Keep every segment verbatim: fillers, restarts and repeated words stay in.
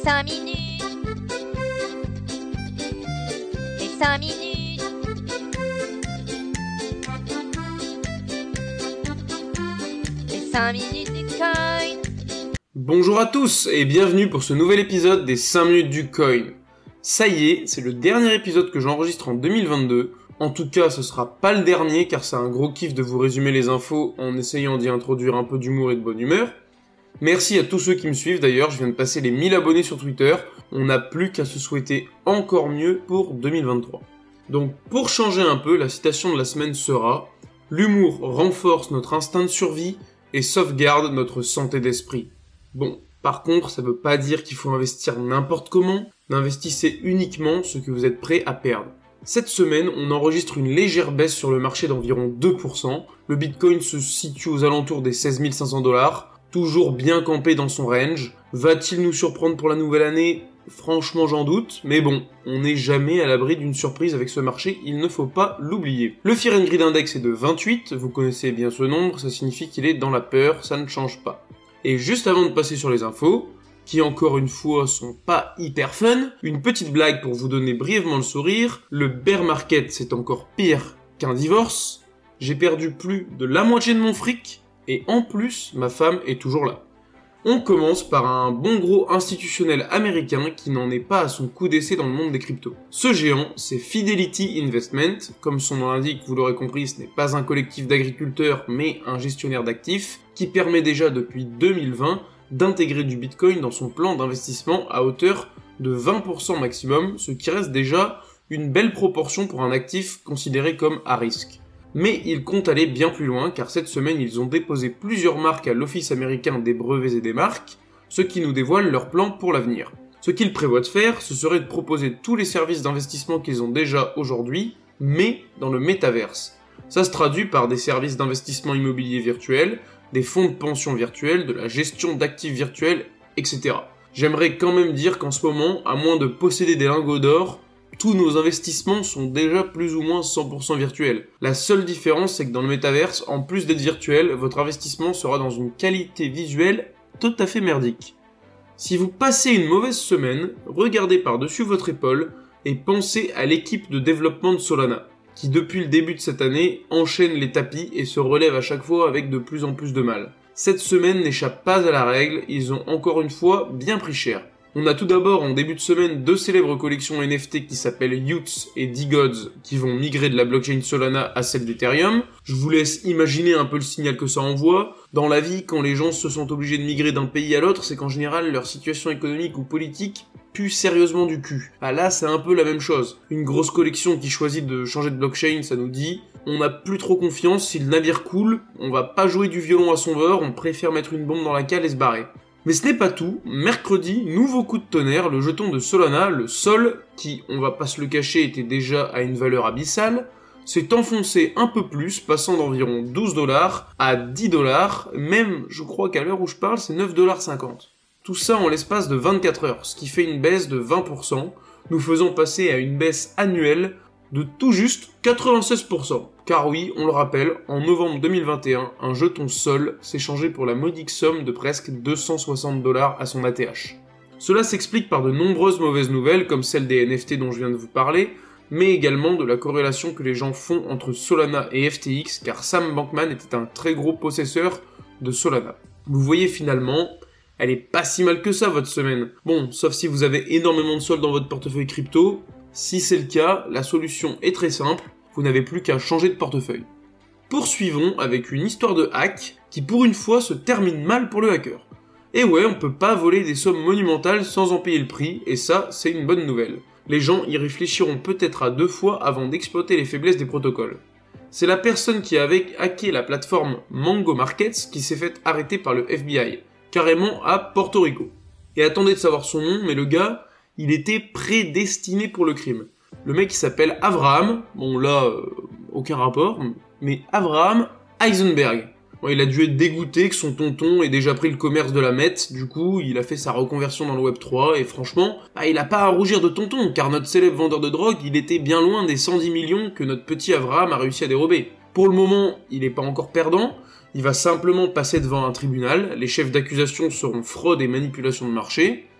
cinq minutes. Les cinq minutes. Les cinq minutes du coin. Bonjour à tous et bienvenue pour ce nouvel épisode des cinq minutes du coin. Ça y est, c'est le dernier épisode que j'enregistre en deux mille vingt-deux. En tout cas, ce sera pas le dernier car c'est un gros kiff de vous résumer les infos en essayant d'y introduire un peu d'humour et de bonne humeur. Merci à tous ceux qui me suivent d'ailleurs, je viens de passer les mille abonnés sur Twitter. On n'a plus qu'à se souhaiter encore mieux pour deux mille vingt-trois. Donc pour changer un peu, la citation de la semaine sera « L'humour renforce notre instinct de survie et sauvegarde notre santé d'esprit ». Bon, par contre, ça veut pas dire qu'il faut investir n'importe comment, investissez uniquement ce que vous êtes prêt à perdre. Cette semaine, on enregistre une légère baisse sur le marché d'environ deux pour cent. Le Bitcoin se situe aux alentours des seize mille cinq cents dollars, toujours bien campé dans son range. Va-t-il nous surprendre pour la nouvelle année ? Franchement, j'en doute, mais bon, on n'est jamais à l'abri d'une surprise avec ce marché, il ne faut pas l'oublier. Le Fear and Greed Index est de vingt-huit, vous connaissez bien ce nombre, ça signifie qu'il est dans la peur, ça ne change pas. Et juste avant de passer sur les infos, qui encore une fois sont pas hyper fun, une petite blague pour vous donner brièvement le sourire, le bear market c'est encore pire qu'un divorce, j'ai perdu plus de la moitié de mon fric, et en plus, ma femme est toujours là. On commence par un bon gros institutionnel américain qui n'en est pas à son coup d'essai dans le monde des cryptos. Ce géant, c'est Fidelity Investment, comme son nom l'indique, vous l'aurez compris, ce n'est pas un collectif d'agriculteurs, mais un gestionnaire d'actifs, qui permet déjà depuis deux mille vingt d'intégrer du Bitcoin dans son plan d'investissement à hauteur de vingt pour cent maximum, ce qui reste déjà une belle proportion pour un actif considéré comme à risque. Mais ils comptent aller bien plus loin, car cette semaine ils ont déposé plusieurs marques à l'Office américain des brevets et des marques, ce qui nous dévoile leur plan pour l'avenir. Ce qu'ils prévoient de faire, ce serait de proposer tous les services d'investissement qu'ils ont déjà aujourd'hui, mais dans le métaverse. Ça se traduit par des services d'investissement immobilier virtuels, des fonds de pension virtuels, de la gestion d'actifs virtuels, et cetera. J'aimerais quand même dire qu'en ce moment, à moins de posséder des lingots d'or, tous nos investissements sont déjà plus ou moins cent pour cent virtuels. La seule différence, c'est que dans le métaverse, en plus d'être virtuel, votre investissement sera dans une qualité visuelle tout à fait merdique. Si vous passez une mauvaise semaine, regardez par-dessus votre épaule et pensez à l'équipe de développement de Solana, qui depuis le début de cette année enchaîne les tapis et se relève à chaque fois avec de plus en plus de mal. Cette semaine n'échappe pas à la règle, ils ont encore une fois bien pris cher. On a tout d'abord en début de semaine deux célèbres collections N F T qui s'appellent y o u t s et D-Gods qui vont migrer de la blockchain Solana à celle d'Ethereum. Je vous laisse imaginer un peu le signal que ça envoie. Dans la vie, quand les gens se sont obligés de migrer d'un pays à l'autre, c'est qu'en général leur situation économique ou politique pue sérieusement du cul. Ah là, c'est un peu la même chose. Une grosse collection qui choisit de changer de blockchain, ça nous dit on n'a plus trop confiance, si le navire coule, on va pas jouer du violon à son bord, on préfère mettre une bombe dans la cale et se barrer. Mais ce n'est pas tout, mercredi, nouveau coup de tonnerre, le jeton de Solana, le Sol, qui, on va pas se le cacher, était déjà à une valeur abyssale, s'est enfoncé un peu plus, passant d'environ douze dollars à dix dollars, même, je crois qu'à l'heure où je parle, c'est neuf dollars cinquante. Tout ça en l'espace de vingt-quatre heures, ce qui fait une baisse de vingt pour cent, nous faisant passer à une baisse annuelle de tout juste quatre-vingt-seize pour cent. Car oui, on le rappelle, en novembre deux mille vingt et un, un jeton Sol s'est changé pour la modique somme de presque deux cent soixante dollars à son A T H. Cela s'explique par de nombreuses mauvaises nouvelles, comme celle des N F T dont je viens de vous parler, mais également de la corrélation que les gens font entre Solana et F T X, car Sam Bankman était un très gros possesseur de Solana. Vous voyez finalement, elle est pas si mal que ça votre semaine. Bon, sauf si vous avez énormément de Sol dans votre portefeuille crypto. Si c'est le cas, la solution est très simple, vous n'avez plus qu'à changer de portefeuille. Poursuivons avec une histoire de hack qui pour une fois se termine mal pour le hacker. Et ouais, on peut pas voler des sommes monumentales sans en payer le prix, et ça, c'est une bonne nouvelle. Les gens y réfléchiront peut-être à deux fois avant d'exploiter les faiblesses des protocoles. C'est la personne qui avait hacké la plateforme Mango Markets qui s'est fait arrêter par le F B I, carrément à Porto Rico. Et attendez de savoir son nom, mais le gars, il était prédestiné pour le crime. Le mec il s'appelle Avraham, bon là, euh, aucun rapport, mais Avraham Eisenberg. Bon, il a dû être dégoûté que son tonton ait déjà pris le commerce de la Mette, du coup il a fait sa reconversion dans le web trois, et franchement, bah, il a pas à rougir de tonton, car notre célèbre vendeur de drogue, il était bien loin des cent dix millions que notre petit Avraham a réussi à dérober. Pour le moment, il est pas encore perdant, il va simplement passer devant un tribunal, les chefs d'accusation seront fraude et manipulation de marché.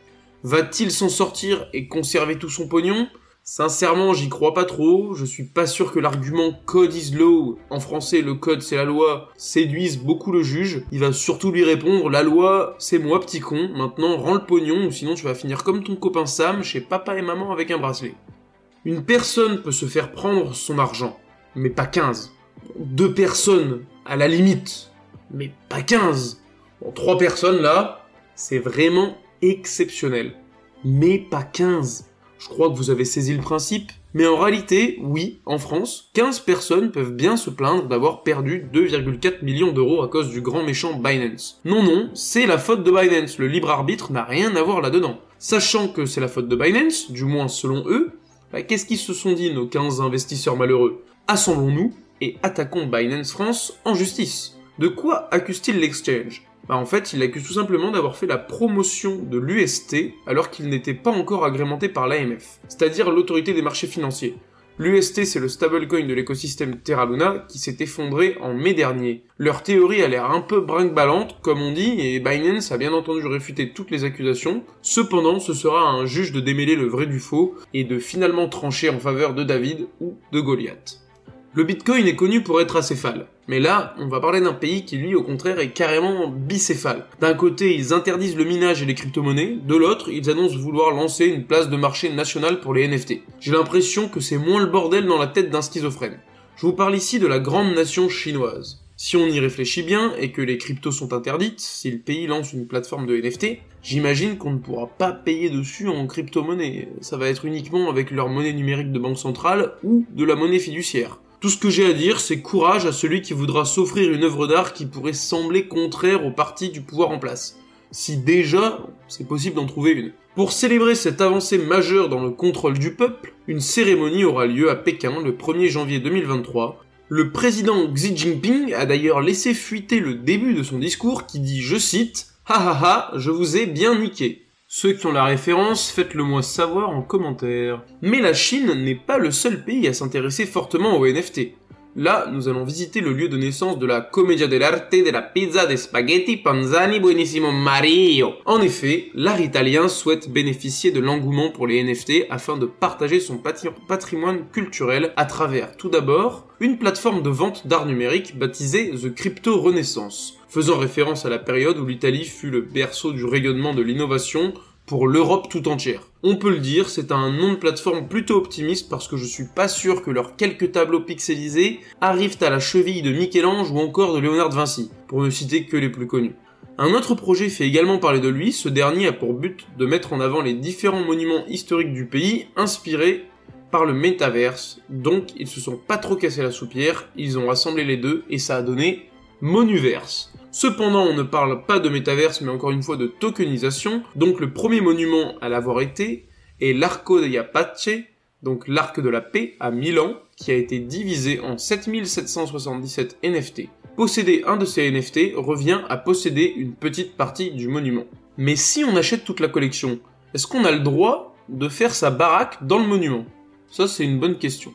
Va-t-il s'en sortir et conserver tout son pognon ? Sincèrement, j'y crois pas trop, je suis pas sûr que l'argument « code is law », en français le code c'est la loi, séduise beaucoup le juge. Il va surtout lui répondre « la loi, c'est moi petit con, maintenant rends le pognon ou sinon tu vas finir comme ton copain Sam chez papa et maman avec un bracelet ». Une personne peut se faire prendre son argent, mais pas quinze. Deux personnes, à la limite, mais pas quinze. Bon, trois personnes là, c'est vraiment exceptionnel, mais pas quinze. Je crois que vous avez saisi le principe, mais en réalité, oui, en France, quinze personnes peuvent bien se plaindre d'avoir perdu deux virgule quatre millions d'euros à cause du grand méchant Binance. Non, non, c'est la faute de Binance, le libre arbitre n'a rien à voir là-dedans. Sachant que c'est la faute de Binance, du moins selon eux, bah, qu'est-ce qu'ils se sont dit nos quinze investisseurs malheureux ? Assemblons-nous et attaquons Binance France en justice. De quoi accuse-t-il l'exchange ? Bah en fait, il l'accuse tout simplement d'avoir fait la promotion de l'U S T alors qu'il n'était pas encore agrémenté par l'A M F, c'est-à-dire l'autorité des marchés financiers. L'U S T, c'est le stablecoin de l'écosystème Terra Luna qui s'est effondré en mai dernier. Leur théorie a l'air un peu brinque-ballante, comme on dit, et Binance a bien entendu réfuté toutes les accusations. Cependant, ce sera à un juge de démêler le vrai du faux et de finalement trancher en faveur de David ou de Goliath. Le Bitcoin est connu pour être acéphale, mais là, on va parler d'un pays qui lui, au contraire, est carrément bicéphale. D'un côté, ils interdisent le minage et les crypto-monnaies, de l'autre, ils annoncent vouloir lancer une place de marché nationale pour les N F T. J'ai l'impression que c'est moins le bordel dans la tête d'un schizophrène. Je vous parle ici de la grande nation chinoise. Si on y réfléchit bien, et que les cryptos sont interdites, si le pays lance une plateforme de N F T, j'imagine qu'on ne pourra pas payer dessus en crypto-monnaie. Ça va être uniquement avec leur monnaie numérique de banque centrale, ou de la monnaie fiduciaire. Tout ce que j'ai à dire, c'est courage à celui qui voudra s'offrir une œuvre d'art qui pourrait sembler contraire au parti du pouvoir en place. Si déjà, c'est possible d'en trouver une. Pour célébrer cette avancée majeure dans le contrôle du peuple, une cérémonie aura lieu à Pékin le premier janvier deux mille vingt-trois. Le président Xi Jinping a d'ailleurs laissé fuiter le début de son discours qui dit, je cite, « Ha ha ha, je vous ai bien niqué ». Ceux qui ont la référence, faites-le moi savoir en commentaire. Mais la Chine n'est pas le seul pays à s'intéresser fortement aux N F T. Là, nous allons visiter le lieu de naissance de la Commedia dell'arte de la pizza de spaghetti panzani buonissimo Mario. En effet, l'art italien souhaite bénéficier de l'engouement pour les N F T afin de partager son patrimoine culturel à travers, tout d'abord, une plateforme de vente d'art numérique baptisée The Crypto Renaissance, faisant référence à la période où l'Italie fut le berceau du rayonnement de l'innovation pour l'Europe tout entière. On peut le dire, c'est un nom de plateforme plutôt optimiste parce que je suis pas sûr que leurs quelques tableaux pixelisés arrivent à la cheville de Michel-Ange ou encore de Léonard de Vinci, pour ne citer que les plus connus. Un autre projet fait également parler de lui, ce dernier a pour but de mettre en avant les différents monuments historiques du pays inspirés par le métaverse, donc ils se sont pas trop cassés la soupière, ils ont rassemblé les deux et ça a donné Monuverse. Cependant, on ne parle pas de métaverse, mais encore une fois de tokenisation, donc le premier monument à l'avoir été est l'Arco della Pace, donc l'arc de la paix à Milan, qui a été divisé en sept mille sept cent soixante-dix-sept N F T. Posséder un de ces N F T revient à posséder une petite partie du monument. Mais si on achète toute la collection, est-ce qu'on a le droit de faire sa baraque dans le monument ? Ça, c'est une bonne question.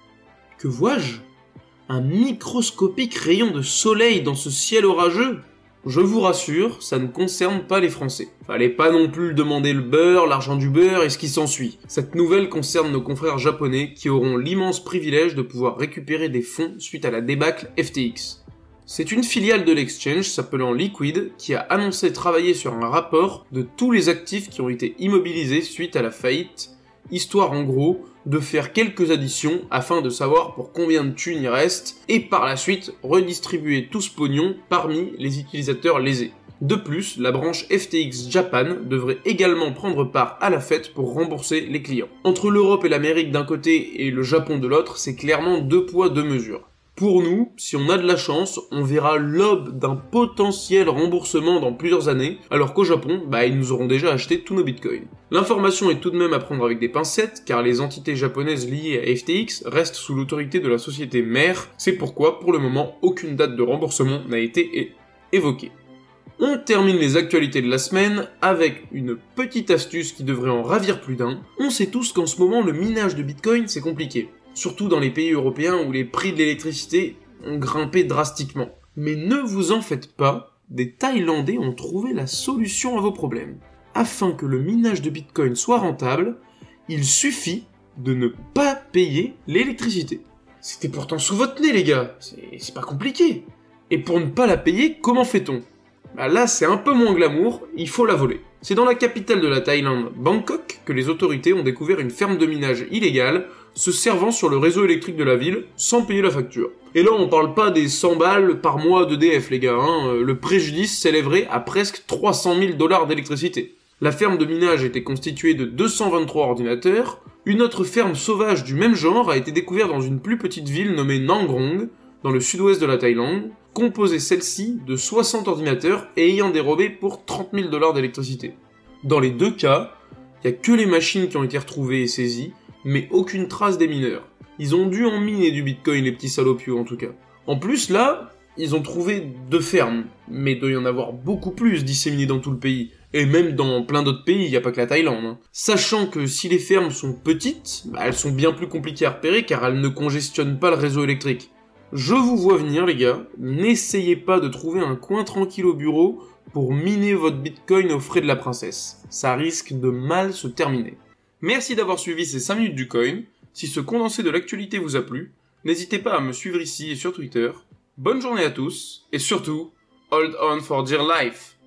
Que vois-je ? Un microscopique rayon de soleil dans ce ciel orageux ? Je vous rassure, ça ne concerne pas les Français. Fallait pas non plus demander le beurre, l'argent du beurre et ce qui s'ensuit. Cette nouvelle concerne nos confrères japonais qui auront l'immense privilège de pouvoir récupérer des fonds suite à la débâcle F T X. C'est une filiale de l'exchange s'appelant Liquid qui a annoncé travailler sur un rapport de tous les actifs qui ont été immobilisés suite à la faillite, histoire en gros de faire quelques additions afin de savoir pour combien de thunes il reste et par la suite redistribuer tout ce pognon parmi les utilisateurs lésés. De plus, la branche F T X Japan devrait également prendre part à la fête pour rembourser les clients. Entre l'Europe et l'Amérique d'un côté et le Japon de l'autre, c'est clairement deux poids deux mesures. Pour nous, si on a de la chance, on verra l'aube d'un potentiel remboursement dans plusieurs années, alors qu'au Japon, bah ils nous auront déjà acheté tous nos bitcoins. L'information est tout de même à prendre avec des pincettes, car les entités japonaises liées à F T X restent sous l'autorité de la société mère, c'est pourquoi, pour le moment, aucune date de remboursement n'a été é- évoquée. On termine les actualités de la semaine avec une petite astuce qui devrait en ravir plus d'un. On sait tous qu'en ce moment, le minage de bitcoin, c'est compliqué. Surtout dans les pays européens où les prix de l'électricité ont grimpé drastiquement. Mais ne vous en faites pas, des Thaïlandais ont trouvé la solution à vos problèmes. afin que le minage de Bitcoin soit rentable, il suffit de ne pas payer l'électricité. C'était pourtant sous votre nez les gars, c'est, c'est pas compliqué. Et pour ne pas la payer, comment fait-on ? Bah là c'est un peu moins glamour, il faut la voler. C'est dans la capitale de la Thaïlande, Bangkok, que les autorités ont découvert une ferme de minage illégale, se servant sur le réseau électrique de la ville, sans payer la facture. Et là on parle pas des cent balles par mois d'E D F les gars, hein. Le préjudice s'élèverait à presque trois cent mille dollars d'électricité. La ferme de minage était constituée de deux cent vingt-trois ordinateurs. Une autre ferme sauvage du même genre a été découverte dans une plus petite ville nommée Nangong, dans le sud-ouest de la Thaïlande, composée celle-ci de soixante ordinateurs et ayant dérobé pour trente mille dollars d'électricité. Dans les deux cas, il n'y a que les machines qui ont été retrouvées et saisies, mais aucune trace des mineurs. Ils ont dû en miner du bitcoin, les petits salopios en tout cas. En plus là, ils ont trouvé deux fermes, mais il doit y en avoir beaucoup plus disséminées dans tout le pays. Et même dans plein d'autres pays, il n'y a pas que la Thaïlande. Hein. Sachant que si les fermes sont petites, bah elles sont bien plus compliquées à repérer car elles ne congestionnent pas le réseau électrique. Je vous vois venir les gars, n'essayez pas de trouver un coin tranquille au bureau pour miner votre bitcoin aux frais de la princesse. Ça risque de mal se terminer. Merci d'avoir suivi ces cinq minutes du coin. Si ce condensé de l'actualité vous a plu, n'hésitez pas à me suivre ici et sur Twitter. Bonne journée à tous, et surtout, hold on for dear life!